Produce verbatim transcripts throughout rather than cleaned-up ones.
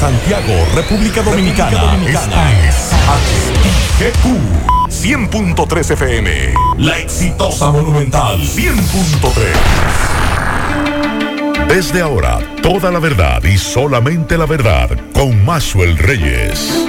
Santiago, República Dominicana. República Dominicana. Esta es H I G Q cien punto tres F M. La exitosa Monumental cien punto tres. Desde ahora, toda la verdad y solamente la verdad con Maxwell Reyes.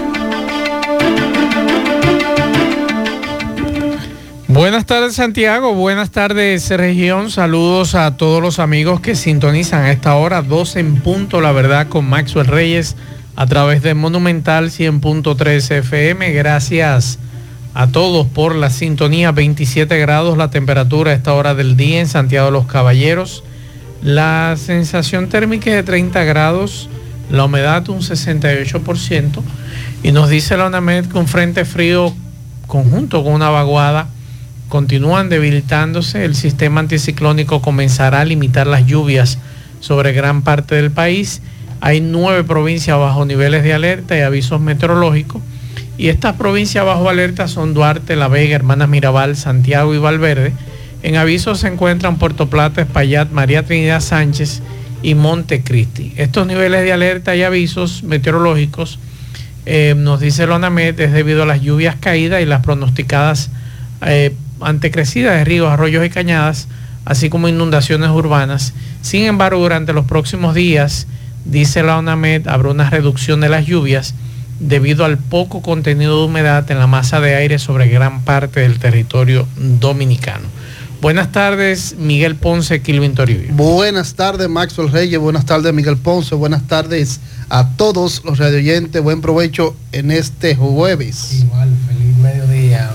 Buenas tardes, Santiago. Buenas tardes, región. Saludos a todos los amigos que sintonizan a esta hora, doce en punto, la verdad, con Maxwell Reyes a través de Monumental cien punto tres F M. Gracias a todos por la sintonía. veintisiete grados la temperatura a esta hora del día en Santiago de los Caballeros. La sensación térmica es de treinta grados, la humedad un sesenta y ocho por ciento. Y nos dice la ONAMED que un frente frío conjunto con una vaguada continúan debilitándose. El sistema anticiclónico comenzará a limitar las lluvias sobre gran parte del país. Hay nueve provincias bajo niveles de alerta y avisos meteorológicos. Y estas provincias bajo alerta son Duarte, La Vega, Hermanas Mirabal, Santiago y Valverde. En avisos se encuentran Puerto Plata, Espaillat, María Trinidad Sánchez y Montecristi. Estos niveles de alerta y avisos meteorológicos, eh, nos dice la ONAMED, es debido a las lluvias caídas y las pronosticadas eh, ante crecida de ríos, arroyos y cañadas, así como inundaciones urbanas. Sin embargo, durante los próximos días, dice la ONAMED, habrá una reducción de las lluvias debido al poco contenido de humedad en la masa de aire sobre gran parte del territorio dominicano. Buenas tardes, Miguel Ponce, Kilvin Toribio. Buenas tardes, Maxwell Reyes. Buenas tardes, Miguel Ponce. Buenas tardes a todos los radioyentes. Buen provecho en este jueves. Igual, feliz mediodía.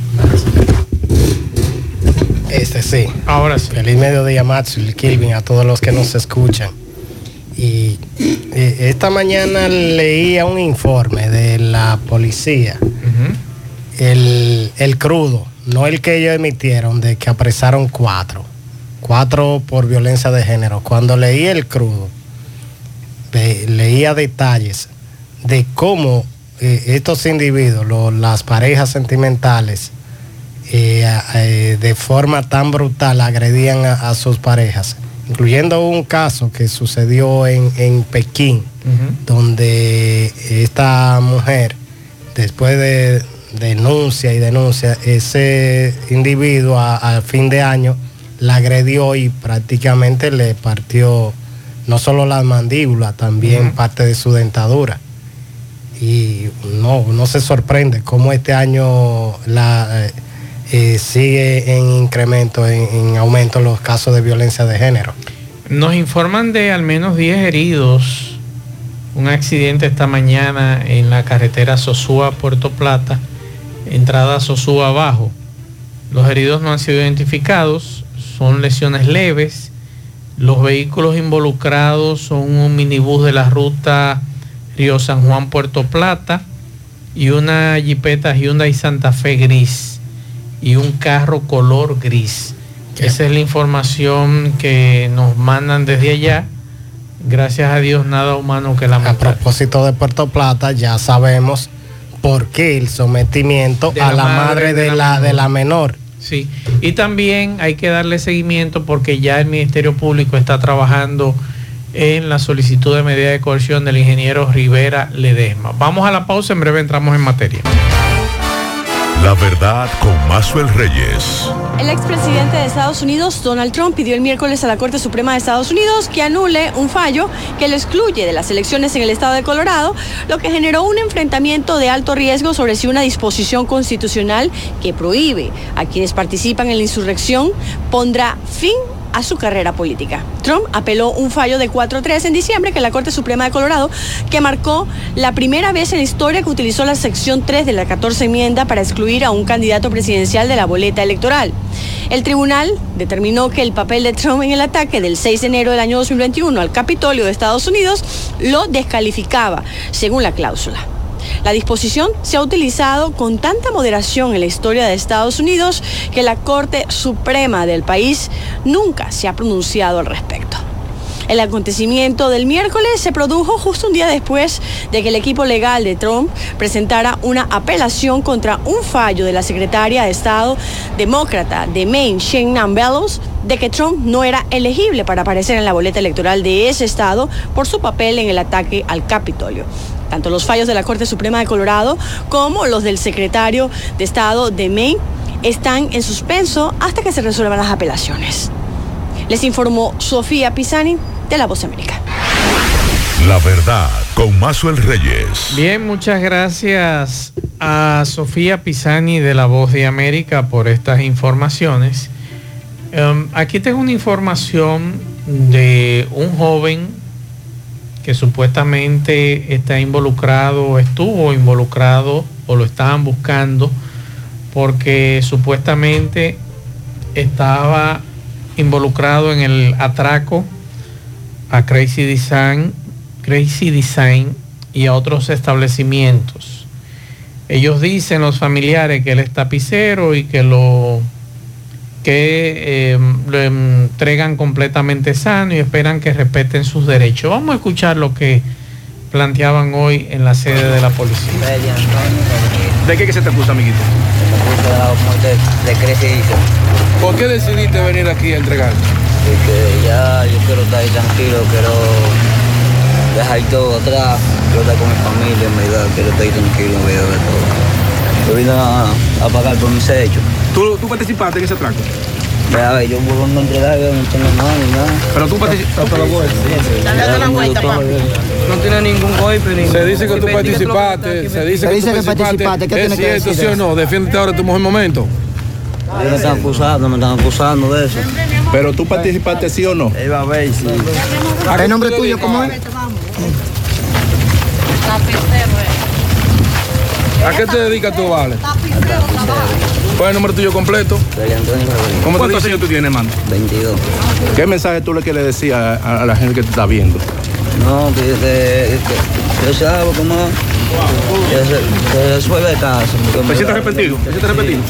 Este sí. Ahora sí. Feliz mediodía, Maxwell, Kilvin, a todos los que nos escuchan. Y eh, esta mañana leía un informe de la policía, uh-huh. el, el crudo, no el que ellos emitieron, de que apresaron cuatro, cuatro por violencia de género. Cuando leí el crudo, de, leía detalles de cómo eh, estos individuos, lo, las parejas sentimentales, Eh, eh, de forma tan brutal agredían a, a sus parejas, incluyendo un caso que sucedió en, en Pekín, uh-huh. donde esta mujer, después de denuncia y denuncia, ese individuo a, a fin de año la agredió y prácticamente le partió no solo las mandíbulas, también uh-huh. parte de su dentadura. Y no, no se sorprende cómo este año la... Eh, Eh, sigue en incremento, en, en aumento los casos de violencia de género. Nos informan de al menos diez heridos. Un accidente esta mañana en la carretera Sosúa-Puerto Plata, entrada Sosúa abajo. Los heridos no han sido identificados, son lesiones leves. Los vehículos involucrados son un minibús de la ruta Río San Juan-Puerto Plata y una jipeta Hyundai Santa Fe gris y un carro color gris. ¿Qué? Esa es la información que nos mandan desde allá. Gracias a Dios, nada humano que lamentar. A propósito de Puerto Plata, ya sabemos por qué el sometimiento a la, la madre, madre de, de, la, la de la menor. Sí, y también hay que darle seguimiento porque ya el Ministerio Público está trabajando en la solicitud de medida de coerción del ingeniero Rivera Ledesma. Vamos a la pausa, en breve entramos en materia. La verdad con Maxwell Reyes. El expresidente de Estados Unidos, Donald Trump, pidió el miércoles a la Corte Suprema de Estados Unidos que anule un fallo que lo excluye de las elecciones en el estado de Colorado, lo que generó un enfrentamiento de alto riesgo sobre si una disposición constitucional que prohíbe a quienes participan en la insurrección pondrá fin a su carrera política. Trump apeló un fallo de cuatro a tres en diciembre que la Corte Suprema de Colorado, que marcó la primera vez en la historia que utilizó la sección tres de la catorce enmienda para excluir a un candidato presidencial de la boleta electoral. El tribunal determinó que el papel de Trump en el ataque del seis de enero del año dos mil veintiuno al Capitolio de Estados Unidos lo descalificaba, según la cláusula. La disposición se ha utilizado con tanta moderación en la historia de Estados Unidos que la Corte Suprema del país nunca se ha pronunciado al respecto. El acontecimiento del miércoles se produjo justo un día después de que el equipo legal de Trump presentara una apelación contra un fallo de la secretaria de Estado demócrata de Maine, Shannon Bellows, de que Trump no era elegible para aparecer en la boleta electoral de ese estado por su papel en el ataque al Capitolio. Tanto los fallos de la Corte Suprema de Colorado como los del secretario de Estado de Maine están en suspenso hasta que se resuelvan las apelaciones. Les informó Sofía Pisani de La Voz de América. La verdad con Maxwell Reyes. Bien, muchas gracias a Sofía Pisani de La Voz de América por estas informaciones. Um, aquí tengo una información de un joven que supuestamente está involucrado, estuvo involucrado o lo estaban buscando porque supuestamente estaba involucrado en el atraco a Crazy Design, Crazy Design y a otros establecimientos. Ellos dicen, los familiares, que él es tapicero y que lo que eh, lo entregan completamente sano y esperan que respeten sus derechos. Vamos a escuchar lo que planteaban hoy en la sede de la policía. ¿De qué que se te acusa, amiguito? Se me acusa de, de Crazy Design. ¿Por qué decidiste venir aquí a entregar? Porque ya yo quiero estar ahí tranquilo, quiero dejar todo atrás, quiero estar con mi familia, en verdad, quiero estar ahí tranquilo, en medio de todo. Yo vine a, a pagar por mis hechos. ¿Tú, tú participaste en ese atraco? A ver, yo vuelvo a entregar, yo no tengo nada ni nada. Pero tú participaste. Dale la vuelta, papi. No tiene ningún golpe. Ningún... Se dice que tú participaste, se dice que, que tú participaste. ¿Qué ¿Es cierto, sí o no? Defiéndete ahora tu mejor momento. Me están acusando, me están acusando de eso. ¿Pero tú participaste sí o no? Iba a ver, sí. ¿El nombre tuyo cómo es? ¿A qué te dedicas tú, Vale? ¿Cuál es el número tuyo completo? ¿Cómo ¿Cuántos años tú tienes, hermano? veintidós. ¿Qué mensaje tú le quieres decir a, a, a la gente que te está viendo? No, que, que, que yo salgo como... Que se, que se suelve de casa. ¿Te sientes arrepentido? ¿Te sientes arrepentido?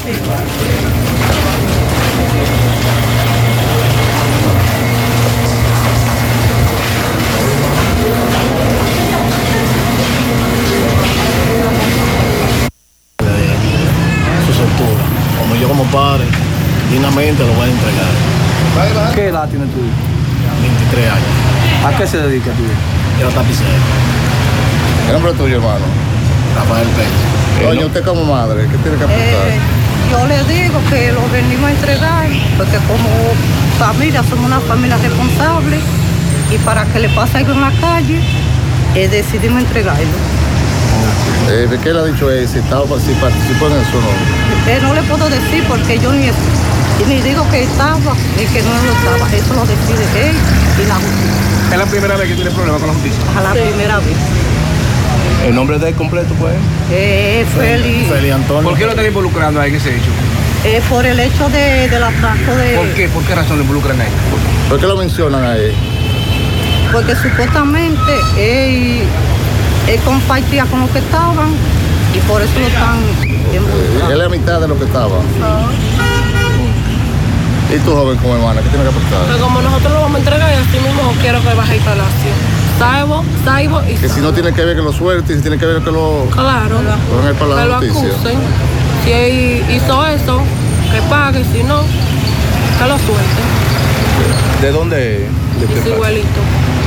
Como yo como padre, dignamente lo voy a entregar. ¿Qué edad tienes tú? veintitrés años. ¿A qué se dedica tú? Yo tapicero. ¿Qué nombre es tuyo, hermano? Rafael Pérez. Doña, usted como madre, ¿qué tiene que aportar? Eh, yo le digo que lo venimos a entregar, porque como familia somos una familia responsable y para que le pase algo en la calle, eh, decidimos entregarlo. Eh, ¿Qué le ha dicho él? Si, estaba, si participó en eso o no. Eh, no le puedo decir porque yo ni, ni digo que estaba ni que no lo estaba. Eso lo decide él y la justicia. ¿Es la primera vez que tiene problemas con la justicia? A la sí. primera vez. ¿El nombre de él completo, pues? Eh, Feli. Feli Antonio. ¿Por qué lo están involucrando ahí en ese hecho? Eh, por el hecho de, del atraco de... ¿Por qué? ¿Por qué razón lo involucran ahí? ¿Por qué lo mencionan a él? Porque supuestamente él... Él compartía con los que estaban y por eso lo están involucrando. Él es la mitad de lo que estaba. No. ¿Y tú, joven, como hermana, qué tiene que aportar? Pero como nosotros lo vamos a entregar, y así mismo quiero que baje el palacio. Saibo, Saibo y Que si no tiene que ver que lo suelte, si tiene que ver que lo... Claro. Lo en el palacio que lo acusen. Si él hizo eso, que pague, si no, que lo suelte. ¿De dónde es? Es igualito.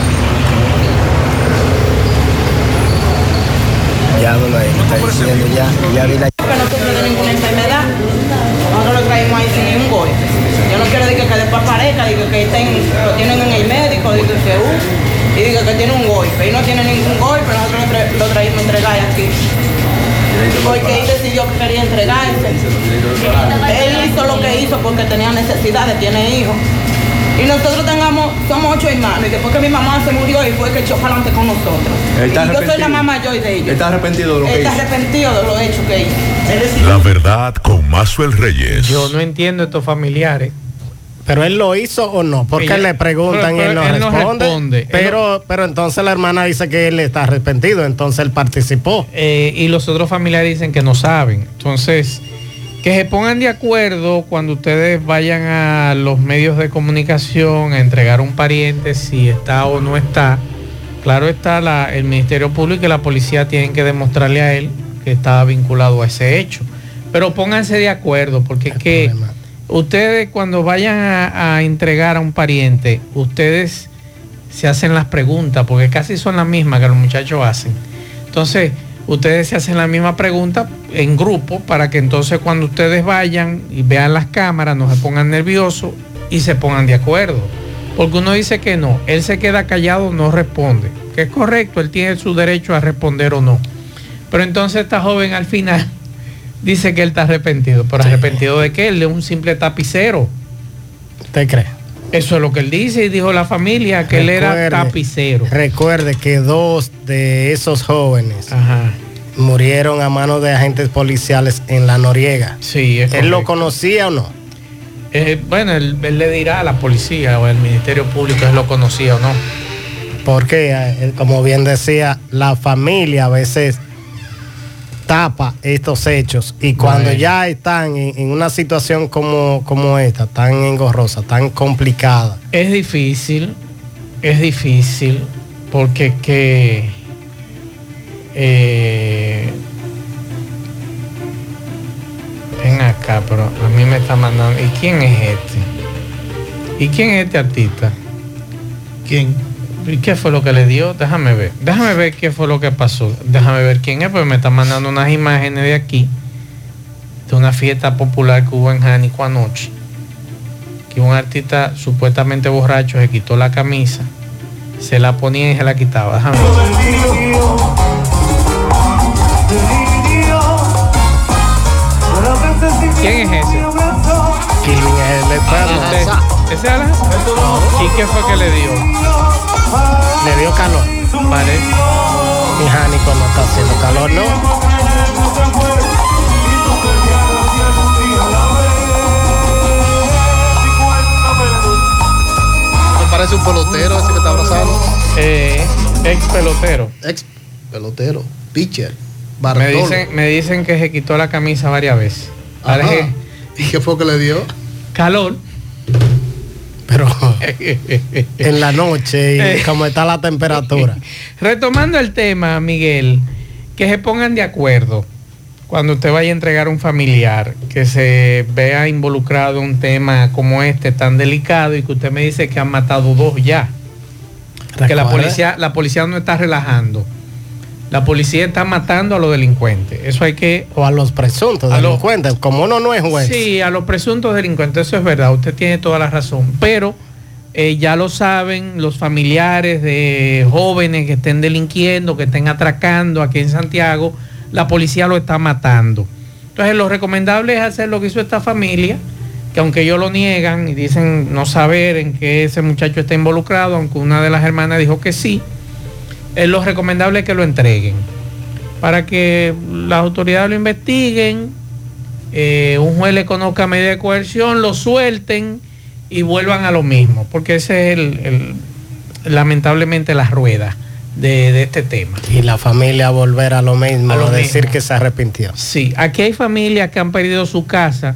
Ya lo ahí, me está diciendo ya, ya vi la... Que no sufre de ninguna enfermedad, nosotros lo traemos ahí sin ningún golpe. Yo no quiero decir que después parezca, digo que estén, lo tienen en el médico, digo que uh, y digo que tiene un golpe. Y no tiene ningún golpe, nosotros lo, tra lo traímos a entregar aquí. Porque él decidió que quería entregarse. Él hizo lo que hizo porque tenía necesidades, tiene hijos. Y nosotros tengamos, somos ocho hermanos, y después que mi mamá se murió y fue que echó para adelante con nosotros. Y yo soy la mamá mayor de ellos. ¿Está arrepentido de lo que Está hizo? arrepentido de lo hecho que hizo. La verdad con Maxwell Reyes. Yo no entiendo estos familiares. Pero él lo hizo o no, porque Ella, le preguntan pero, pero, y él no él responde. No responde. Pero, él, pero entonces la hermana dice que él está arrepentido, entonces él participó. Eh, y los otros familiares dicen que no saben. Entonces, que se pongan de acuerdo cuando ustedes vayan a los medios de comunicación a entregar un pariente, si está o no está. Claro está, la, el Ministerio Público y la policía tienen que demostrarle a él que estaba vinculado a ese hecho. Pero pónganse de acuerdo, porque es que problema. Ustedes cuando vayan a, a entregar a un pariente, ustedes se hacen las preguntas, porque casi son las mismas que los muchachos hacen. Entonces, ustedes se hacen la misma pregunta en grupo para que entonces cuando ustedes vayan y vean las cámaras no se pongan nerviosos y se pongan de acuerdo. Porque uno dice que no, él se queda callado, no responde. Que es correcto, él tiene su derecho a responder o no. Pero entonces esta joven al final dice que él está arrepentido. ¿Pero sí. arrepentido de qué? Él es un simple tapicero. ¿Usted cree? Eso es lo que él dice y dijo la familia, que recuerde, él era tapicero. Recuerde que dos de esos jóvenes Ajá. murieron a manos de agentes policiales en La Noriega. Sí, es ¿Él correcto. lo conocía o no? Eh, bueno, él, él le dirá a la policía o al Ministerio Público si lo conocía o no. Porque, eh, como bien decía, la familia a veces tapa estos hechos y cuando bueno. ya están en, en una situación como, como esta, tan engorrosa, tan complicada. Es difícil, es difícil, porque que eh, ven acá, pero a mí me está mandando. ¿Y quién es este? ¿Y quién es este artista? ¿Quién? ¿Y qué fue lo que le dio? Déjame ver. Déjame ver qué fue lo que pasó. Déjame ver quién es, porque me están mandando unas imágenes de aquí, de una fiesta popular que hubo en Jánico anoche. Que un artista supuestamente borracho se quitó la camisa, se la ponía y se la quitaba. Déjame ver. ¿Quién es ese? ¿Quién es el perro? ¿Ese era? ¿Y qué fue que le dio? Le dio calor. Parece. Mi Jánico no está haciendo calor, ¿no? ¿No parece un pelotero ese que está abrazando? Eh, ex pelotero. Ex pelotero. Pitcher. Me dicen, me dicen que se quitó la camisa varias veces. Ajá. ¿Y qué fue que le dio? Calor. Pero en la noche y como está la temperatura. Retomando el tema, Miguel, que se pongan de acuerdo cuando usted vaya a entregar a un familiar, que se vea involucrado en un tema como este tan delicado y que usted me dice que han matado dos ya. ¿Recuerda? Que la policía, la policía no está relajando. La policía está matando a los delincuentes. Eso hay que... O a los presuntos a delincuentes, los, como uno no es juez. Sí, a los presuntos delincuentes, eso es verdad. Usted tiene toda la razón. Pero eh, ya lo saben los familiares de jóvenes que estén delinquiendo, que estén atracando aquí en Santiago, la policía lo está matando. Entonces lo recomendable es hacer lo que hizo esta familia, que aunque ellos lo niegan y dicen no saber en qué ese muchacho está involucrado, aunque una de las hermanas dijo que sí, es lo recomendable que lo entreguen para que las autoridades lo investiguen, eh, un juez le conozca medida de coerción, lo suelten y vuelvan a lo mismo, porque ese es el, el lamentablemente la rueda de, de este tema. Y la familia volver a lo mismo, a lo decir mismo. Que se arrepintió. Sí, aquí hay familias que han perdido su casa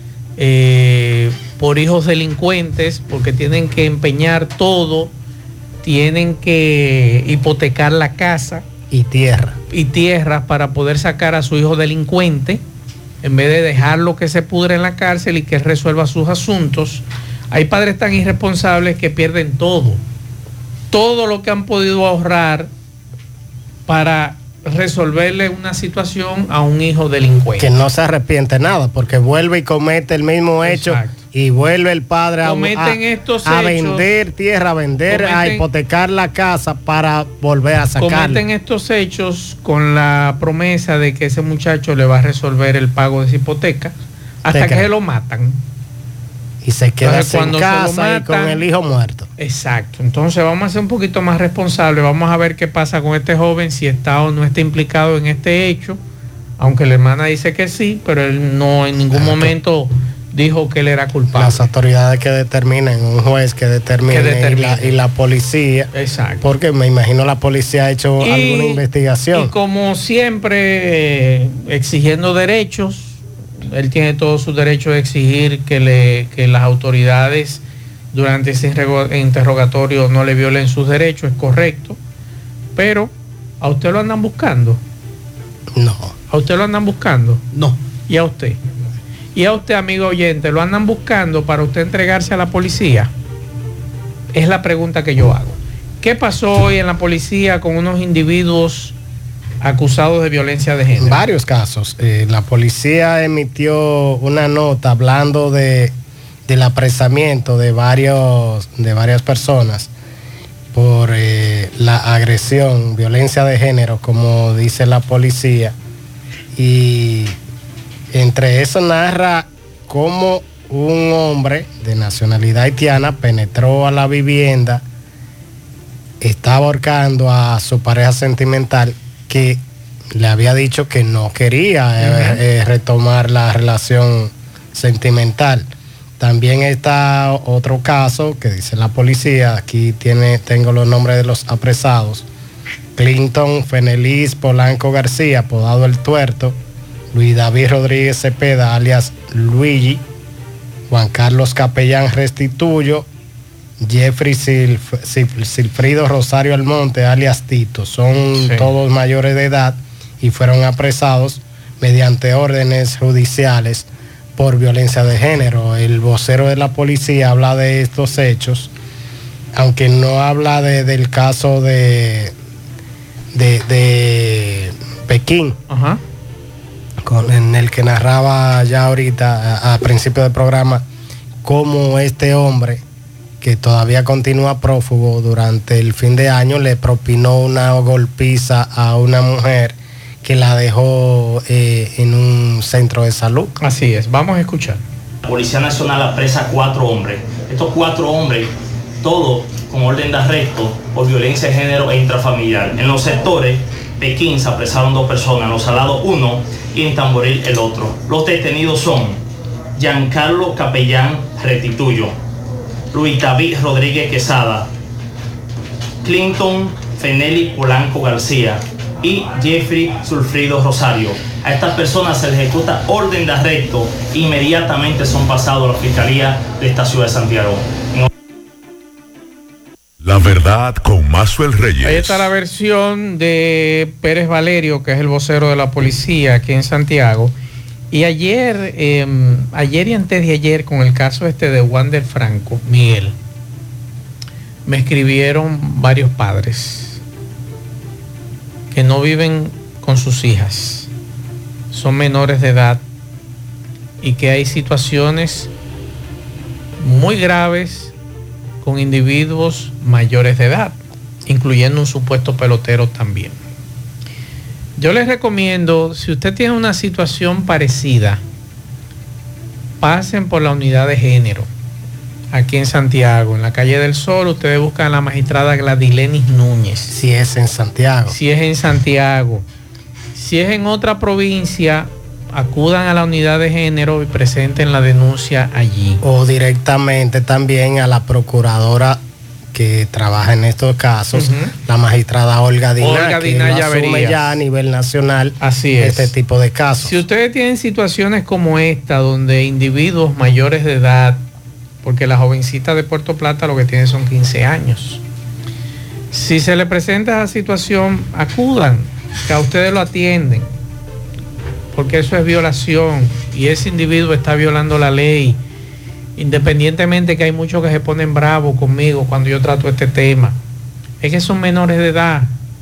eh, por hijos delincuentes, porque tienen que empeñar todo, tienen que hipotecar la casa y tierra y tierras para poder sacar a su hijo delincuente, en vez de dejarlo que se pudre en la cárcel y que él resuelva sus asuntos. Hay padres tan irresponsables que pierden todo, todo lo que han podido ahorrar para resolverle una situación a un hijo delincuente. Que no se arrepiente nada, porque vuelve y comete el mismo hecho. Exacto. Y vuelve el padre a, a, estos a hechos, vender tierra, a vender, cometen, a hipotecar la casa para volver a sacarla. Cometen estos hechos con la promesa de que ese muchacho le va a resolver el pago de esa hipoteca hasta que se lo matan. Y se queda en casa matan, y con el hijo muerto. Exacto. Entonces vamos a ser un poquito más responsables. Vamos a ver qué pasa con este joven, si está o no está implicado en este hecho. Aunque la hermana dice que sí, pero él no en ningún Exacto. momento dijo que él era culpable. Las autoridades que determinen, un juez que determine, que determine. Y, la, y la policía. Exacto. Porque me imagino la policía ha hecho y, alguna investigación. Y como siempre, eh, exigiendo derechos, él tiene todo su derecho de exigir que, le, que las autoridades durante ese interrogatorio no le violen sus derechos, es correcto, pero ¿a usted lo andan buscando? No. ¿A usted lo andan buscando? No. ¿Y a usted? ¿Y a usted, amigo oyente, lo andan buscando para usted entregarse a la policía? Es la pregunta que yo hago. ¿Qué pasó hoy en la policía con unos individuos acusados de violencia de género? Varios casos. Eh, la policía emitió una nota hablando de del apresamiento de varios de varias personas por eh, la agresión, violencia de género, como dice la policía, y entre eso narra cómo un hombre de nacionalidad haitiana penetró a la vivienda, estaba ahorcando a su pareja sentimental, que le había dicho que no quería uh-huh. eh, eh, retomar la relación sentimental. También está otro caso que dice la policía, aquí tiene, tengo los nombres de los apresados: Clinton Fenelis Polanco García, apodado El Tuerto; Luis David Rodríguez Cepeda, alias Luigi; Juan Carlos Capellán Restituyo; Jeffrey Silf, Silf, Silfrido Rosario Almonte, alias Tito. Son sí. todos mayores de edad y fueron apresados mediante órdenes judiciales por violencia de género. El vocero de la policía habla de estos hechos, aunque no habla de, del caso de, de, de Pekín, uh-huh. con, en el que narraba ya ahorita a, a principio del programa, cómo este hombre, que todavía continúa prófugo, durante el fin de año le propinó una golpiza a una mujer que la dejó eh, en un centro de salud. Así es, vamos a escuchar. La Policía Nacional apresa a cuatro hombres. Estos cuatro hombres, todos con orden de arresto por violencia de género e intrafamiliar. En los sectores Pekín se apresaron dos personas, en Los Salados uno y en Tamboril el otro. Los detenidos son Giancarlo Capellán Restituyo, Luis David Rodríguez Quesada, Clinton Feneli Polanco García y Jeffrey Sulfrido Rosario. A estas personas se les ejecuta orden de arresto, inmediatamente son pasados a la Fiscalía de esta ciudad de Santiago. La verdad con Maxwell Reyes. Ahí está la versión de Pérez Valerio, que es el vocero de la policía aquí en Santiago. Y ayer, eh, ayer y antes de ayer, con el caso este de Wander Franco, Miguel, me escribieron varios padres que no viven con sus hijas, son menores de edad, y que hay situaciones muy graves con individuos mayores de edad, incluyendo un supuesto pelotero también. Yo les recomiendo, si usted tiene una situación parecida, pasen por la unidad de género aquí en Santiago, en la calle del Sol. Ustedes buscan a la magistrada Gladilenis Núñez. Si es en Santiago. Si es en Santiago. Si es en otra provincia, acudan a la unidad de género y presenten la denuncia allí. O directamente también a la procuradora que trabaja en estos casos, uh-huh. la magistrada Olga Diná, Olga que Diná lo ya asume vería. ya a nivel nacional. Así es. Este tipo de casos. Si ustedes tienen situaciones como esta, donde individuos mayores de edad, porque la jovencita de Puerto Plata lo que tiene son quince años, si se le presenta esa situación, acudan, que a ustedes lo atienden, porque eso es violación y ese individuo está violando la ley. Independientemente que hay muchos que se ponen bravos conmigo cuando yo trato este tema, es que son menores de edad.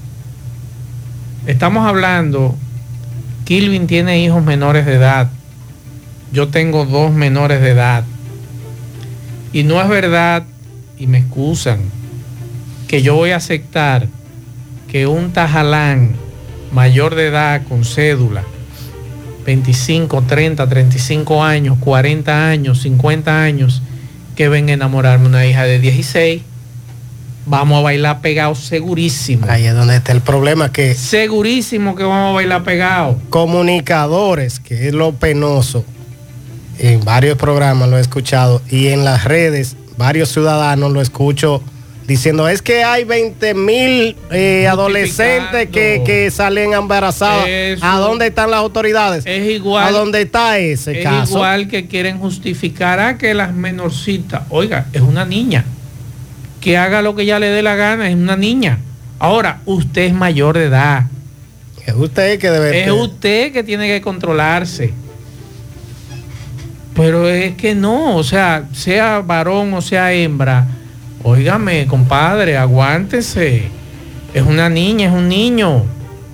Estamos hablando, Kilvin tiene hijos menores de edad, yo tengo dos menores de edad, y no es verdad, y me excusan, que yo voy a aceptar que un tajalán mayor de edad con cédula, veinticinco, treinta, treinta y cinco años, cuarenta años, cincuenta años, que venga a enamorarme una hija de dieciséis, vamos a bailar pegados segurísimo. Ahí es donde está el problema, que segurísimo que vamos a bailar pegados. Comunicadores, que es lo penoso, en varios programas lo he escuchado, y en las redes, varios ciudadanos lo escucho diciendo es que hay veinte mil eh, adolescentes que, que salen embarazadas. Eso, ¿a dónde están las autoridades? Es igual. ¿A dónde está ese es caso? Es igual que quieren justificar a que las menorcitas, oiga, es una niña, que haga lo que ya le dé la gana, es una niña. Ahora, usted es mayor de edad. Es usted que debe. Es usted que tiene que controlarse. Pero es que no, o sea, sea varón o sea hembra, óigame, compadre, aguántese. Es una niña, es un niño.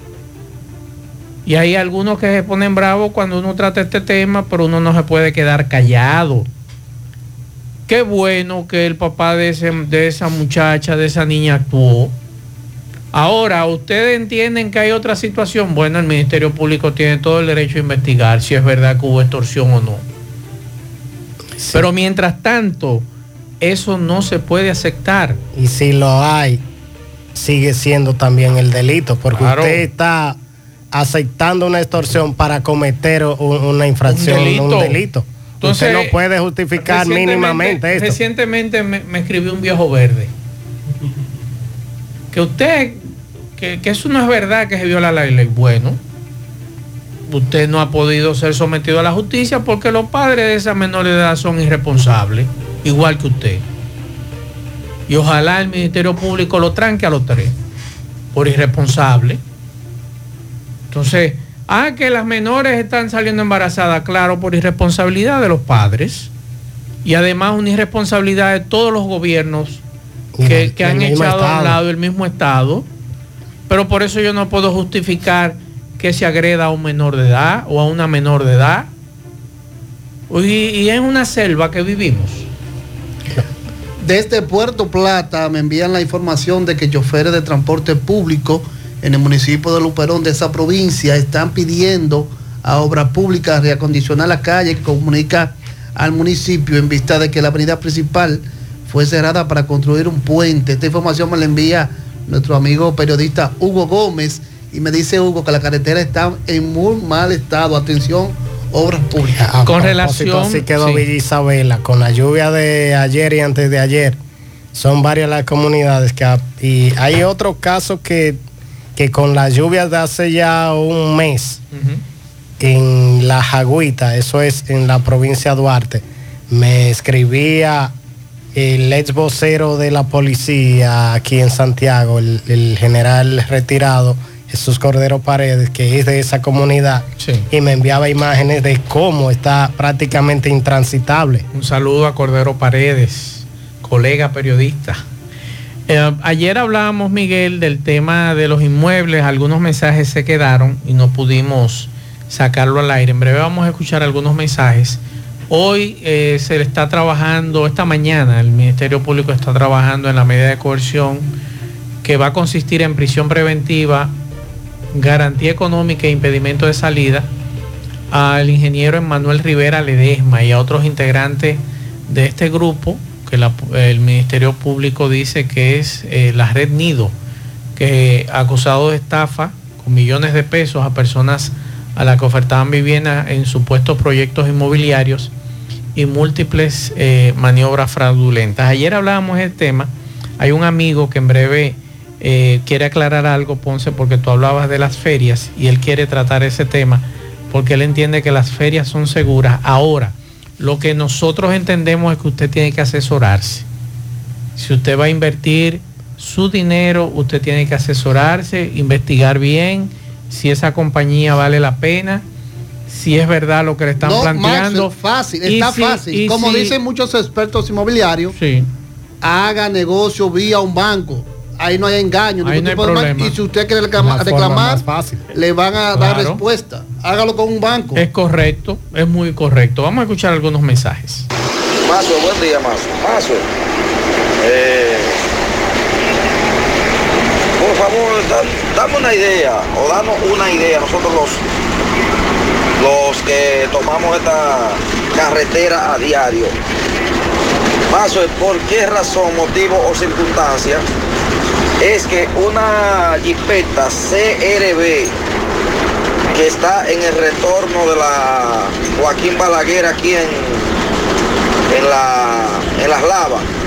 Y hay algunos que se ponen bravos cuando uno trata este tema, pero uno no se puede quedar callado. Qué bueno que el papá de, ese, de esa muchacha, de esa niña actuó. Ahora, ¿ustedes entienden que hay otra situación? Bueno, el Ministerio Público tiene todo el derecho a investigar si es verdad que hubo extorsión o no. Sí. Pero mientras tanto, eso no se puede aceptar. Y si lo hay, sigue siendo también el delito, porque claro, usted está aceptando una extorsión para cometer un, una infracción, un delito. Un delito. Entonces, usted no puede justificar mínimamente esto. Recientemente me, me escribió un viejo verde. Que usted, que, que eso no es verdad que se viola la ley. Bueno, usted no ha podido ser sometido a la justicia porque los padres de esa menor de edad son irresponsables, igual que usted. Y ojalá el Ministerio Público lo tranque a los tres, por irresponsable. Entonces, ah, que las menores están saliendo embarazadas, claro, por irresponsabilidad de los padres. Y además una irresponsabilidad de todos los gobiernos que, que han echado a un lado el mismo Estado. Pero por eso yo no puedo justificar que se agreda a un menor de edad o a una menor de edad. Y, y es una selva que vivimos. Desde Puerto Plata me envían la información de que choferes de transporte público en el municipio de Luperón de esa provincia están pidiendo a Obras Públicas reacondicionar la calle que comunica al municipio en vista de que la avenida principal fue cerrada para construir un puente. Esta información me la envía nuestro amigo periodista Hugo Gómez y me dice Hugo que la carretera está en muy mal estado. Atención, Obras Públicas. A con relación, así quedó sí. Villa Isabela, con la lluvia de ayer y antes de ayer, son varias las comunidades que y hay otro caso que que con las lluvias de hace ya un mes, uh-huh, en La Jagüita, eso es en la provincia de Duarte, me escribía el ex vocero de la policía aquí en Santiago, el, el general retirado Jesús Cordero Paredes, que es de esa comunidad, sí, y me enviaba imágenes de cómo está prácticamente intransitable. Un saludo a Cordero Paredes, colega periodista. Eh, ayer hablábamos, Miguel, del tema de los inmuebles, algunos mensajes se quedaron y no pudimos sacarlo al aire. En breve vamos a escuchar algunos mensajes. Hoy eh, se le está trabajando, esta mañana el Ministerio Público está trabajando en la medida de coerción que va a consistir en prisión preventiva, garantía económica e impedimento de salida al ingeniero Emmanuel Rivera Ledesma y a otros integrantes de este grupo que la, el Ministerio Público dice que es eh, la Red Nido, que acusado de estafa con millones de pesos a personas a las que ofertaban vivienda en supuestos proyectos inmobiliarios y múltiples eh, maniobras fraudulentas. Ayer hablábamos del tema, hay un amigo que en breve eh, quiere aclarar algo, Ponce, porque tú hablabas de las ferias y él quiere tratar ese tema porque él entiende que las ferias son seguras. Ahora, lo que nosotros entendemos es que usted tiene que asesorarse. Si usted va a invertir su dinero, usted tiene que asesorarse, investigar bien si esa compañía vale la pena, si es verdad lo que le están no, planteando. Max, es fácil, está si, fácil. Como si, dicen muchos expertos inmobiliarios, sí, haga negocio vía un banco. Ahí no hay engaño. Ahí no hay problema. Y si usted quiere reclamar, reclamar le van a claro. dar respuesta. Hágalo con un banco. Es correcto, es muy correcto. Vamos a escuchar algunos mensajes. Mazo, buen día, Mazo. Mazo, eh, por favor, dan, dame una idea, o danos una idea, nosotros los, los que tomamos esta carretera a diario. Mazo, ¿por qué razón, motivo o circunstancia es que una jipeta C R B que está en el retorno de la Joaquín Balaguer aquí en, en, la, en Las Lavas,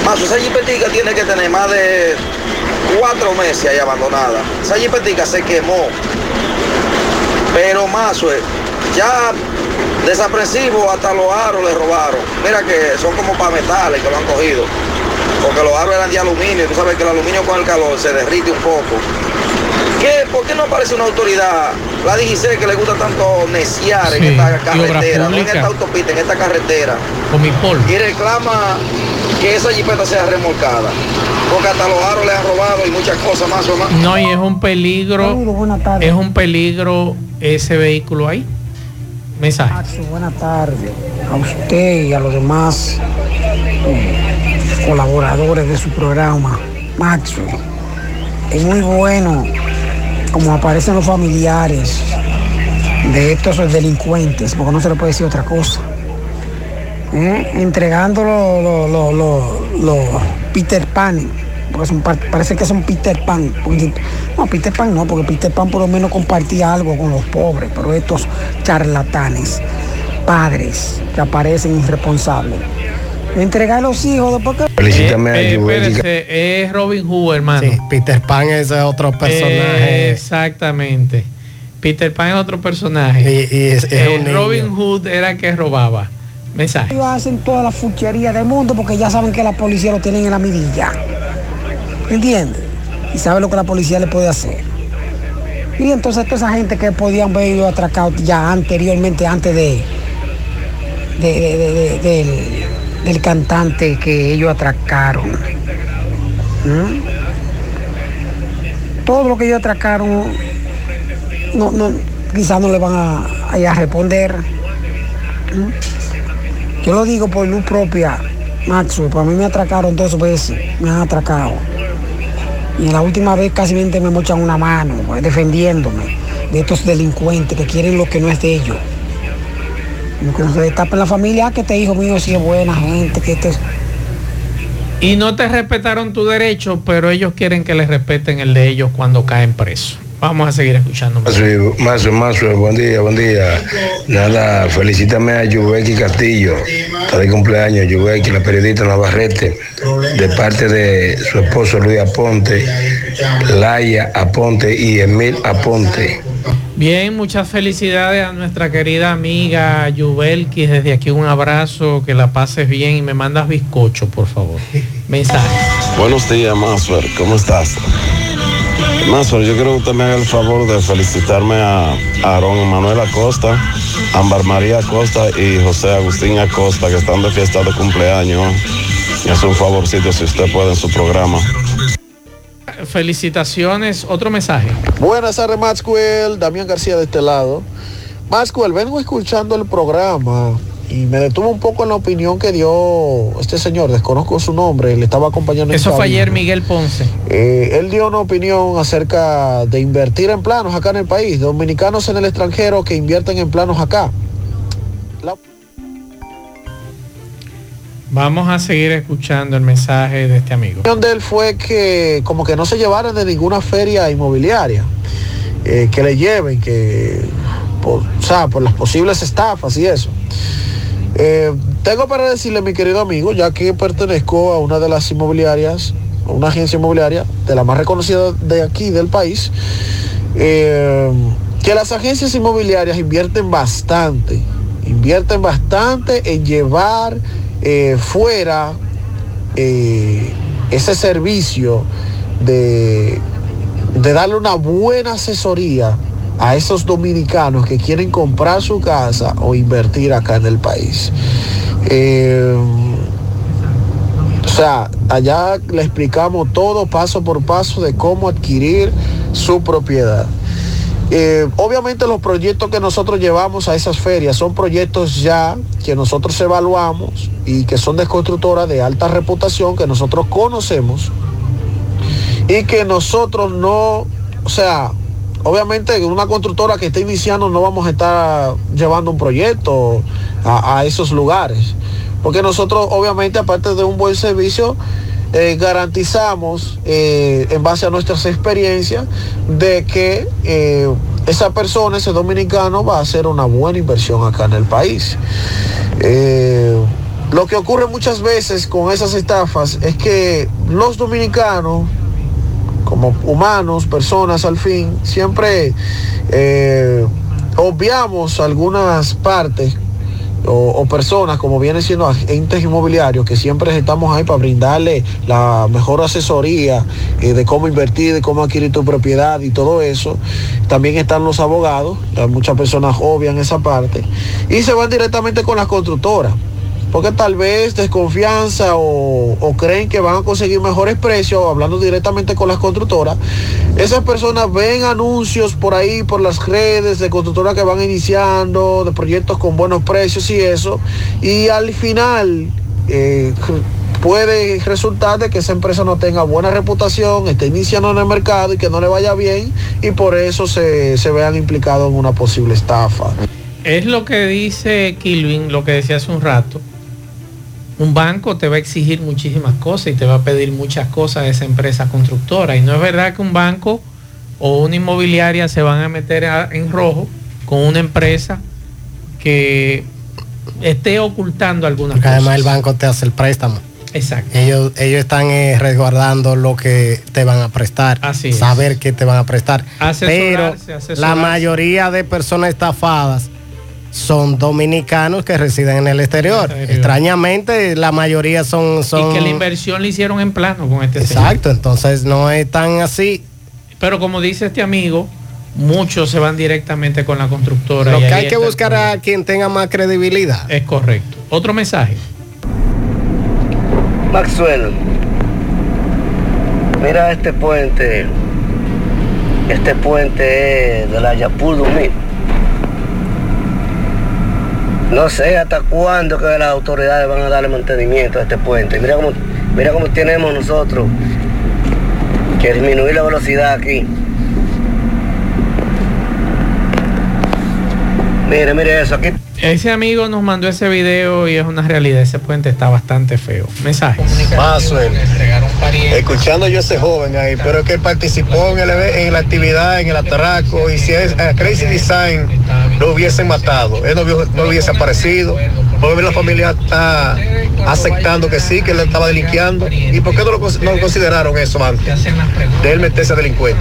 Más, esa jipetica tiene que tener más de cuatro meses ahí abandonada. Esa jipetica se quemó. Pero más, ya desaprensivo, hasta los aros le robaron. Mira que son como para metales que lo han cogido. Porque los aros eran de aluminio. Tú sabes que el aluminio con el calor se derrite un poco. ¿Qué? ¿Por qué no aparece una autoridad? La D G C que le gusta tanto neciar sí, en esta carretera, no en esta autopista, en esta carretera. Con mi polvo. Y reclama que esa jipeta sea remolcada. Porque hasta los aros le han robado y muchas cosas más o más. No, y es un peligro. Saludos, es un peligro ese vehículo ahí. Mensaje. Maxo, buenas tardes a usted y a los demás eh, colaboradores de su programa. Maxo, es muy bueno como aparecen los familiares de estos delincuentes, porque no se le puede decir otra cosa, ¿eh? entregando los lo, lo, lo, lo Peter Pan, porque son, parece que son Peter Pan. No, Peter Pan no, porque Peter Pan por lo menos compartía algo con los pobres, pero estos charlatanes, padres que aparecen irresponsables, entregar a los hijos después que... Felicítame eh, a Jubel. Eh, es Robin Hood, hermano. Sí, Peter Pan es otro personaje. Eh, exactamente. Peter Pan es otro personaje. Y, y es, es eh, un Robin Hood era el que robaba. Mensaje. Ellos hacen toda la fuchería del mundo porque ya saben que la policía lo tienen en la mirilla. ¿Entiendes? Y saben lo que la policía le puede hacer. Y entonces toda esa gente que podían haber ido atracados ya anteriormente, antes de, de, de, de, de, de del, del cantante que ellos atracaron. ¿Mm? Todo lo que ellos atracaron, no, no, quizás no le van a, a, a responder. ¿Mm? Yo lo digo por luz propia, Maxo, para mí me atracaron dos veces, me han atracado. Y la última vez casi me mochan una mano, pues, defendiéndome de estos delincuentes que quieren lo que no es de ellos. Que no se destapen la familia, que este hijo mío sí es buena gente, que este... Y no te respetaron tu derecho, pero ellos quieren que les respeten el de ellos cuando caen presos. Vamos a seguir escuchando. Mazo, Mazo, buen día, buen día. Nada, felicítame a Yubeki Castillo. Está de cumpleaños, Yubeki, la periodista Navarrete, de parte de su esposo Luis Aponte, Laia Aponte y Emil Aponte. Bien, muchas felicidades a nuestra querida amiga Yubelki. Desde aquí un abrazo, que la pases bien y me mandas bizcocho, por favor. Mensaje. Buenos días, Mazuer, ¿cómo estás? Mazuer, yo quiero que usted me haga el favor de felicitarme a Aarón Manuel Acosta, Ámbar María Acosta y José Agustín Acosta, que están de fiesta de cumpleaños. Es un favorcito si usted puede en su programa. Felicitaciones. Otro mensaje. Buenas tardes, Maxwell. Damián García de este lado. Maxwell, vengo escuchando el programa y me detuve un poco en la opinión que dio este señor, desconozco su nombre, le estaba acompañando. Eso fue ayer, Miguel Ponce. Eh, él dio una opinión acerca de invertir en planos acá en el país, dominicanos en el extranjero que invierten en planos acá. La... Vamos a seguir escuchando el mensaje de este amigo. La opinión de él fue que como que no se llevaran de ninguna feria inmobiliaria, eh, que le lleven, que por, o sea, por las posibles estafas y eso. Eh, tengo para decirle, mi querido amigo, ya que pertenezco a una de las inmobiliarias, a una agencia inmobiliaria de la más reconocida de aquí del país, eh, que las agencias inmobiliarias invierten bastante, invierten bastante en llevar eh, fuera eh, ese servicio de, de darle una buena asesoría a esos dominicanos que quieren comprar su casa o invertir acá en el país. Eh, o sea, allá le explicamos todo paso por paso de cómo adquirir su propiedad. Eh, obviamente los proyectos que nosotros llevamos a esas ferias son proyectos ya que nosotros evaluamos y que son de constructoras de alta reputación que nosotros conocemos y que nosotros no, o sea, obviamente una constructora que esté iniciando no vamos a estar llevando un proyecto a, a esos lugares, porque nosotros obviamente aparte de un buen servicio eh, garantizamos eh, en base a nuestras experiencias de que eh, esa persona, ese dominicano va a hacer una buena inversión acá en el país. Eh, lo que ocurre muchas veces con esas estafas es que los dominicanos, como humanos, personas al fin, siempre eh, obviamos algunas partes o, o personas, como vienen siendo agentes inmobiliarios, que siempre estamos ahí para brindarle la mejor asesoría eh, de cómo invertir, de cómo adquirir tu propiedad y todo eso. También están los abogados, muchas personas obvian esa parte y se van directamente con las constructoras, porque tal vez desconfianza o, o creen que van a conseguir mejores precios, hablando directamente con las constructoras. Esas personas ven anuncios por ahí, por las redes de constructoras que van iniciando, de proyectos con buenos precios y eso, y al final eh, puede resultar de que esa empresa no tenga buena reputación, esté iniciando en el mercado y que no le vaya bien, y por eso se, se vean implicados en una posible estafa. Es lo que dice Kilvin, lo que decía hace un rato. Un banco te va a exigir muchísimas cosas y te va a pedir muchas cosas de esa empresa constructora. Y no es verdad que un banco o una inmobiliaria se van a meter a, en rojo con una empresa que esté ocultando algunas Porque cosas. además el banco te hace el préstamo. Exacto. Ellos, ellos están eh, resguardando lo que te van a prestar. Así es. Saber que te van a prestar. Asesorarse, Pero asesorarse. la mayoría de personas estafadas son dominicanos que residen en el exterior. exterior. Extrañamente, la mayoría son, son... Y que la inversión la hicieron en plano con este Exacto, señor. entonces no es tan así. Pero como dice este amigo, muchos se van directamente con la constructora. Lo y que ahí hay que está buscar el a quien tenga más credibilidad. Es correcto. Otro mensaje. Maxwell, mira este puente. Este puente es de la Yapur Dumit. No sé hasta cuándo que las autoridades van a darle mantenimiento a este puente. Mira cómo, mira cómo tenemos nosotros que disminuir la velocidad aquí. Mire, mire eso aquí. Ese amigo nos mandó ese video y es una realidad. Ese puente está bastante feo. Mensaje. Maxwell, escuchando yo a ese joven ahí, pero es que él participó en, el, en la actividad, en el atraco, y si es a Crazy Design lo hubiesen matado, él no, no hubiese aparecido, porque la familia está aceptando que sí, que él estaba delinquiendo. ¿Y por qué no lo, no lo consideraron eso antes de él meterse a delincuente?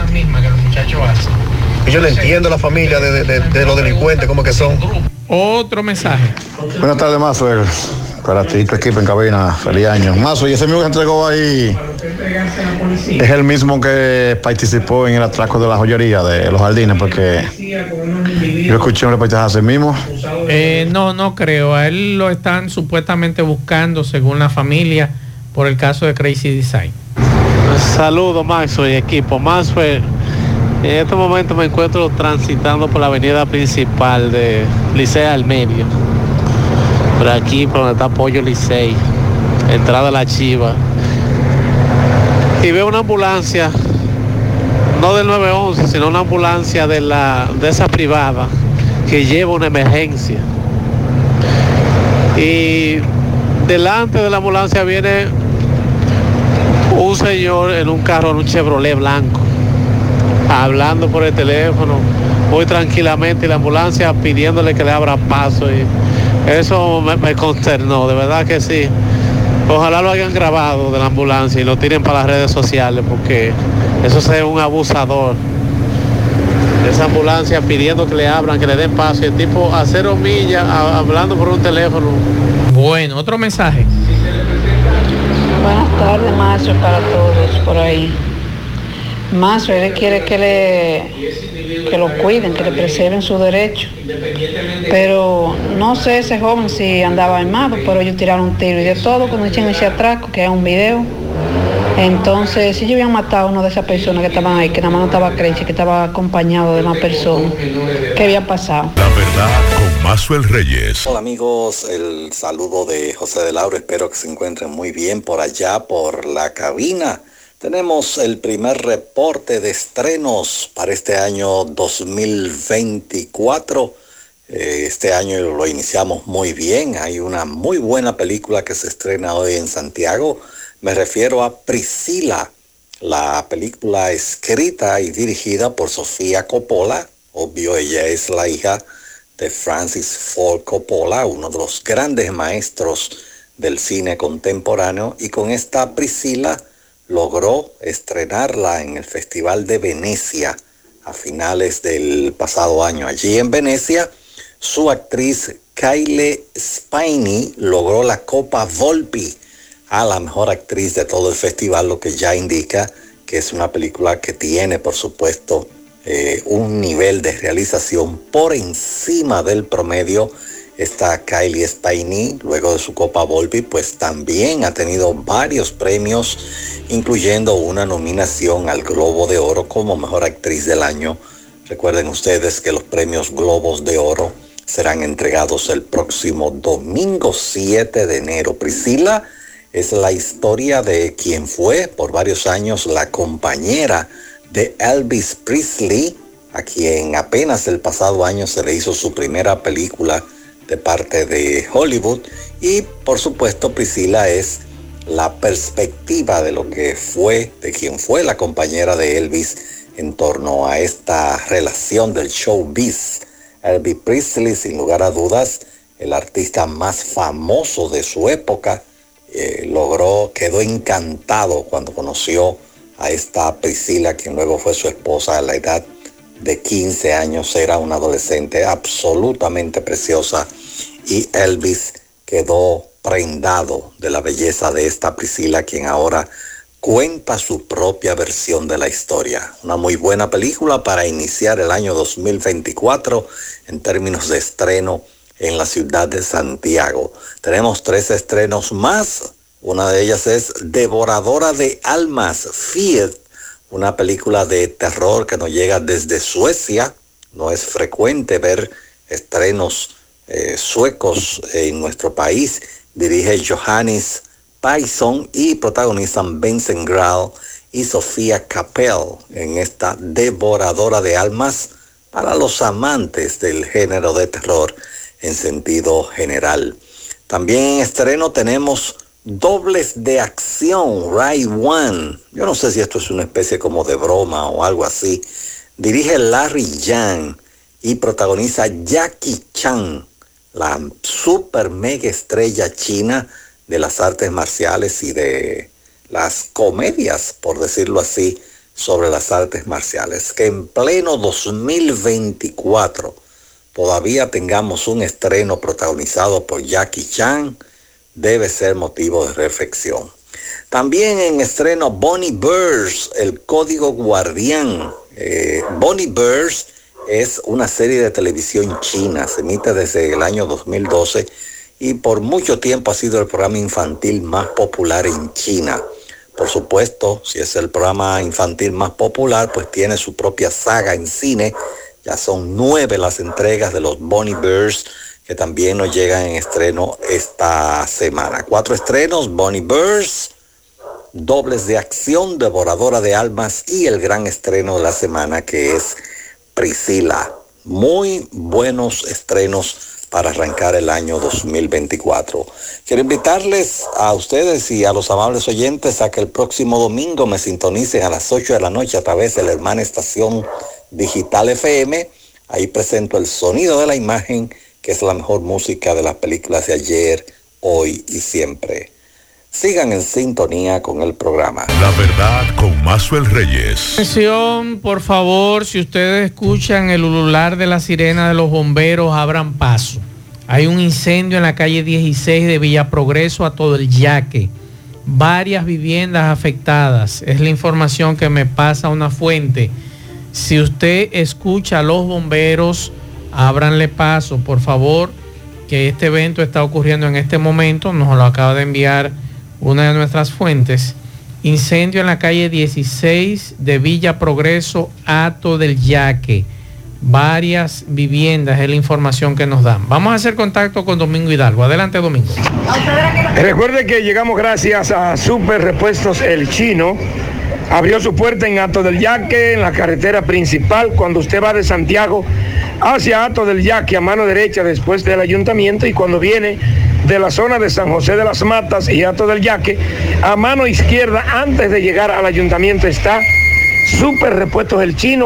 Y yo no entiendo la familia de, de, de, de los delincuentes, como que son. Otro mensaje. Buenas tardes, Maxwell. Para ti, tu equipo en cabina, feliz año. Maxwell, y ese amigo que entregó ahí es el mismo que participó en el atraco de la joyería de los jardines, porque yo escuché un reportaje así mismo. Eh, no, no creo. A él lo están supuestamente buscando, según la familia, por el caso de Crazy Design. Saludos, Maxwell y equipo. Maxwell, en este momento me encuentro transitando por la avenida principal de Licey al Medio. Por aquí, por donde está Pollo Licey, entrada a La Chiva. Y veo una ambulancia, no del nueve once, sino una ambulancia de, la, de esa privada que lleva una emergencia. Y delante de la ambulancia viene un señor en un carro, en un Chevrolet blanco, hablando por el teléfono muy tranquilamente, y la ambulancia pidiéndole que le abra paso. Y eso me, me consternó, de verdad que sí. Ojalá lo hayan grabado de la ambulancia y lo tiren para las redes sociales, porque eso es un abusador. Esa ambulancia pidiendo que le abran, que le den paso, y el tipo a cero millas a, hablando por un teléfono. Bueno, otro mensaje. Buenas tardes, Macho, para todos por ahí. Macho, él quiere que le que lo cuiden, que le preserven su derecho. Pero no sé ese joven si andaba armado, pero ellos tiraron un tiro y de todo cuando echan ese atraco, que es un video. Entonces, si ellos habían matado a una de esas personas que estaban ahí, que nada más no estaba Crazy, que estaba acompañado de más personas, ¿qué había pasado? La verdad con Maxwell Reyes. Hola amigos, el saludo de José de Lauro, espero que se encuentren muy bien por allá, por la cabina. Tenemos el primer reporte de estrenos para este año dos mil veinticuatro. Este año lo iniciamos muy bien. Hay una muy buena película que se estrena hoy en Santiago. Me refiero a Priscila, la película escrita y dirigida por Sofía Coppola. Obvio, ella es la hija de Francis Ford Coppola, uno de los grandes maestros del cine contemporáneo, y con esta Priscila logró estrenarla en el Festival de Venecia a finales del pasado año. Allí en Venecia, su actriz Kylie Spiney logró la Copa Volpi a la mejor actriz de todo el festival, lo que ya indica que es una película que tiene, por supuesto, eh, un nivel de realización por encima del promedio. Esta Kylie Spiney, luego de su Copa Volpi, pues también ha tenido varios premios, incluyendo una nominación al Globo de Oro como mejor actriz del año. Recuerden ustedes que los premios Globos de Oro serán entregados el próximo domingo siete de enero. Priscila es la historia de quien fue por varios años la compañera de Elvis Presley, a quien apenas el pasado año se le hizo su primera película de parte de Hollywood. Y por supuesto Priscila es la perspectiva de lo que fue, de quien fue la compañera de Elvis en torno a esta relación del showbiz. Elvis Presley, sin lugar a dudas, el artista más famoso de su época, eh, logró, quedó encantado cuando conoció a esta Priscila, quien luego fue su esposa a la edad de quince años. Era una adolescente absolutamente preciosa y Elvis quedó prendado de la belleza de esta Priscila, quien ahora cuenta su propia versión de la historia. Una muy buena película para iniciar el año dos mil veinticuatro en términos de estreno en la ciudad de Santiago. Tenemos tres estrenos más. Una de ellas es Devoradora de Almas, Fear, una película de terror que nos llega desde Suecia. No es frecuente ver estrenos eh, suecos en nuestro país. Dirige Johannes Payson y protagonizan Vincent Grau y Sofía Capel en esta Devoradora de Almas, para los amantes del género de terror en sentido general. También en estreno tenemos Dobles de Acción, Ray One. Yo no sé si esto es una especie como de broma o algo así. Dirige Larry Yang y protagoniza Jackie Chan, la super mega estrella china de las artes marciales y de las comedias, por decirlo así, sobre las artes marciales. Que en pleno dos mil veinticuatro todavía tengamos un estreno protagonizado por Jackie Chan debe ser motivo de reflexión. También en estreno Bonnie Bears, el código guardián. Eh, Bonnie Bears es una serie de televisión china, se emite desde el año dos mil doce y por mucho tiempo ha sido el programa infantil más popular en China. Por supuesto, si es el programa infantil más popular, pues tiene su propia saga en cine. Ya son nueve las entregas de los Bonnie Bears que también nos llegan en estreno esta semana. Cuatro estrenos: Bonnie Bears, Dobles de Acción, Devoradora de Almas y el gran estreno de la semana, que es Priscila. Muy buenos estrenos para arrancar el año dos mil veinticuatro. Quiero invitarles a ustedes y a los amables oyentes a que el próximo domingo me sintonicen a las ocho de la noche a través de la hermana estación Digital F M. Ahí presento el sonido de la imagen, que es la mejor música de las películas de ayer, hoy y siempre. Sigan en sintonía con el programa. La verdad con Maxwell Reyes. Atención, por favor, si ustedes escuchan el ulular de la sirena de los bomberos, abran paso. Hay un incendio en la calle dieciséis de Villa Progreso a todo el Yaque. Varias viviendas afectadas. Es la información que me pasa una fuente. Si usted escucha a los bomberos, ábranle paso, por favor, que este evento está ocurriendo en este momento. Nos lo acaba de enviar una de nuestras fuentes. Incendio en la calle dieciséis de Villa Progreso, Hato del Yaque. Varias viviendas es la información que nos dan. Vamos a hacer contacto con Domingo Hidalgo. Adelante, Domingo. Recuerde que llegamos gracias a Super Repuestos El Chino. Abrió su puerta en Hato del Yaque, en la carretera principal, cuando usted va de Santiago hacia Hato del Yaque, a mano derecha después del ayuntamiento, y cuando viene de la zona de San José de las Matas y Hato del Yaque, a mano izquierda, antes de llegar al ayuntamiento, está Super Repuestos El Chino,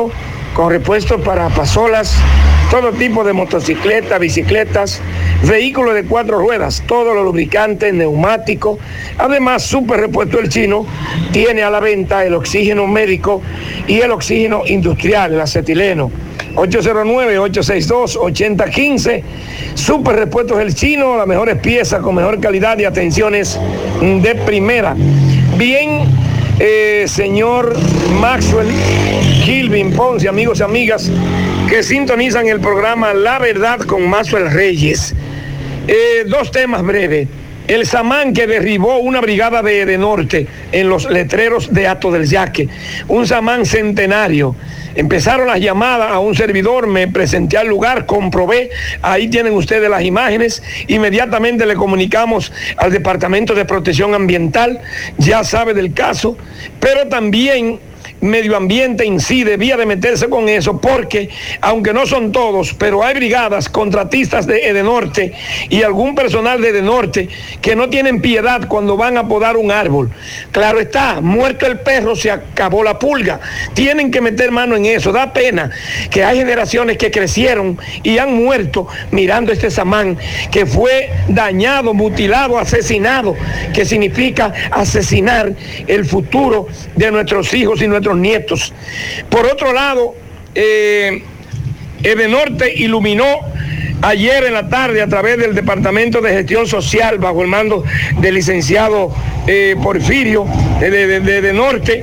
con repuestos para pasolas, todo tipo de motocicletas, bicicletas, vehículos de cuatro ruedas, todos los lubricantes, neumáticos. Además, Super Repuesto El Chino tiene a la venta el oxígeno médico y el oxígeno industrial, el acetileno. ocho cero nueve, ocho seis dos, ocho cero uno cinco. Super Repuestos El Chino, las mejores piezas con mejor calidad y atenciones de primera. Bien, eh, señor Maxwell, Kilvin Ponce, amigos y amigas que sintonizan el programa La Verdad con Maxwell Reyes. Eh, dos temas breves. El samán que derribó una brigada de Edenorte en los letreros de Hato del Yaque, un samán centenario. Empezaron las llamadas a un servidor, me presenté al lugar, comprobé, ahí tienen ustedes las imágenes, inmediatamente le comunicamos al Departamento de Protección Ambiental, ya sabe del caso, pero también Medio Ambiente incide, debía de meterse con eso, porque aunque no son todos, pero hay brigadas contratistas de Edenorte y algún personal de Edenorte que no tienen piedad cuando van a podar un árbol. Claro está, muerto el perro, se acabó la pulga. Tienen que meter mano en eso. Da pena que hay generaciones que crecieron y han muerto mirando este samán que fue dañado, mutilado, asesinado, que significa asesinar el futuro de nuestros hijos y nuestros nietos. Por otro lado, eh, Edenorte iluminó ayer en la tarde a través del Departamento de Gestión Social bajo el mando del licenciado eh, Porfirio de, de, de Edenorte,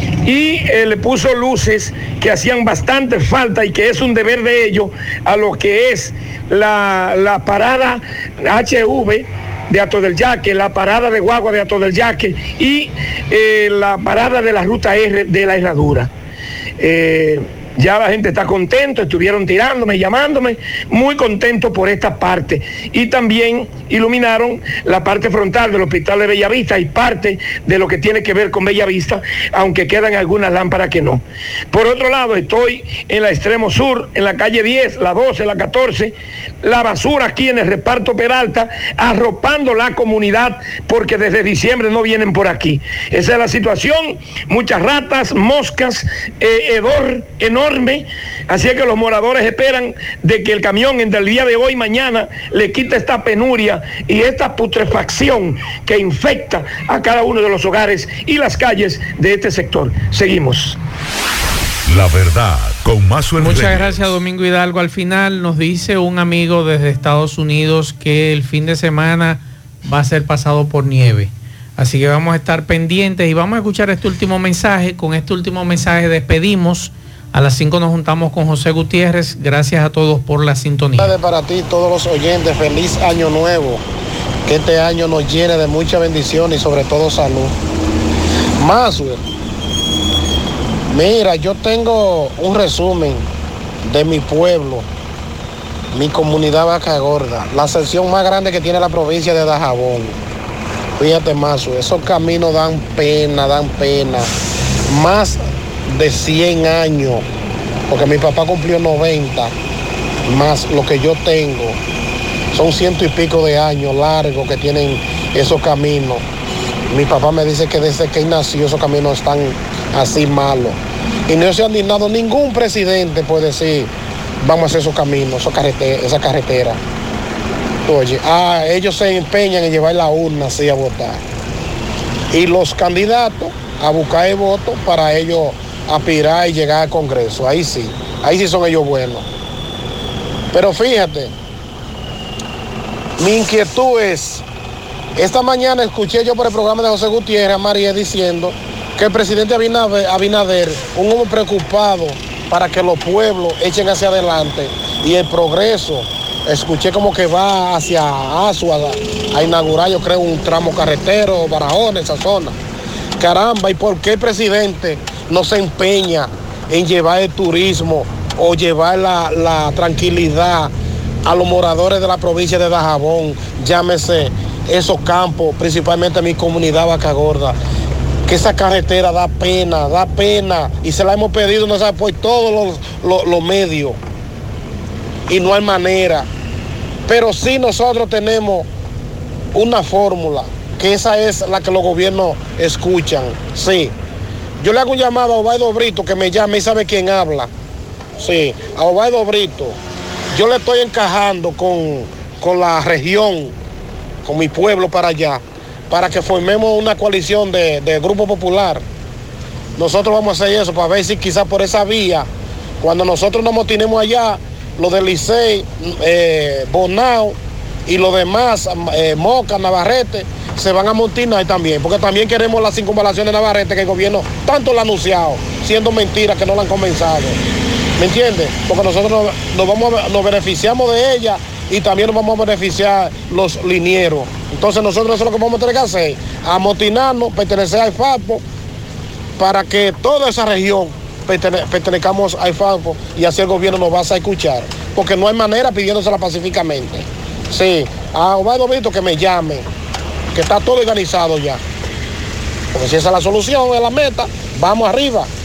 y eh, le puso luces que hacían bastante falta y que es un deber de ellos a lo que es la, la parada H V de Hato del Yaque, la parada de guagua de Hato del Yaque y eh, la parada de la ruta R de la Herradura. Eh, ya la gente está contento, estuvieron tirándome, llamándome, muy contento por esta parte. Y también iluminaron la parte frontal del Hospital de Bellavista y parte de lo que tiene que ver con Bellavista, aunque quedan algunas lámparas que no. Por otro lado, estoy en la extremo sur, en la calle diez, la doce, la catorce, la basura aquí en el reparto Peralta, arropando la comunidad, porque desde diciembre no vienen por aquí. Esa es la situación, muchas ratas, moscas, eh, hedor enorme. Así es que los moradores esperan de que el camión entre el día de hoy y mañana le quite esta penuria y esta putrefacción que infecta a cada uno de los hogares y las calles de este sector. Seguimos. La Verdad con Maxwell Reyes. Muchas gracias, Domingo Hidalgo. Al final nos dice un amigo desde Estados Unidos que el fin de semana va a ser pasado por nieve. Así que vamos a estar pendientes y vamos a escuchar este último mensaje. Con este último mensaje despedimos. A las cinco nos juntamos con José Gutiérrez. Gracias a todos por la sintonía. Para ti, todos los oyentes, feliz año nuevo. Que este año nos llene de mucha bendición y sobre todo salud. Maxwell, mira, yo tengo un resumen de mi pueblo, mi comunidad Vaca Gorda, la sección más grande que tiene la provincia de Dajabón. Fíjate, Maxwell, esos caminos dan pena, dan pena. Más de cien años, porque mi papá cumplió noventa, más lo que yo tengo, son ciento y pico de años largos que tienen esos caminos. Mi papá me dice que desde que él nació esos caminos están así malos. Y no se han dignado ningún presidente por decir, vamos a hacer esos caminos, esa carretera. Esa carretera. Oye, ah, ellos se empeñan en llevar la urna así a votar. Y los candidatos a buscar el voto para ellos aspirar y llegar al Congreso. Ahí sí, ahí sí son ellos buenos. Pero fíjate, mi inquietud es, esta mañana escuché yo por el programa de José Gutiérrez a María diciendo que el presidente Abinader, Abinader, un hombre preocupado para que los pueblos echen hacia adelante y el progreso, escuché como que va hacia Azua a, a inaugurar, yo creo, un tramo carretero, Barahona, esa zona. Caramba, ¿y por qué el presidente no se empeña en llevar el turismo o llevar la, la tranquilidad a los moradores de la provincia de Dajabón? Llámese esos campos, principalmente mi comunidad Vaca Gorda, que esa carretera da pena, da pena, y se la hemos pedido, no sabe, por todos los, los, los medios, y no hay manera. Pero sí nosotros tenemos una fórmula, que esa es la que los gobiernos escuchan, sí. Yo le hago un llamado a Obaydo Brito, que me llame y sabe quién habla. Sí, a Osvaldo Brito. Yo le estoy encajando con, con la región, con mi pueblo para allá, para que formemos una coalición de, de Grupo Popular. Nosotros vamos a hacer eso para ver si quizás por esa vía, cuando nosotros nos motinemos allá, lo del Licey, eh, Bonao y los demás, eh, Moca, Navarrete, se van a amotinar también, porque también queremos la circunvalación de Navarrete que el gobierno tanto lo ha anunciado, siendo mentira que no la han comenzado. ¿Me entiendes? Porque nosotros nos, nos, vamos a, nos beneficiamos de ella y también nos vamos a beneficiar los linieros. Entonces nosotros eso es lo que vamos a tener que hacer, amotinarnos, pertenecer al FAPO, para que toda esa región pertene, pertenezcamos al FAPO y así el gobierno nos va a escuchar, porque no hay manera pidiéndosela pacíficamente. Sí, a Osvaldo Brito que me llame, que está todo organizado ya, porque si esa es la solución, es la meta, vamos arriba.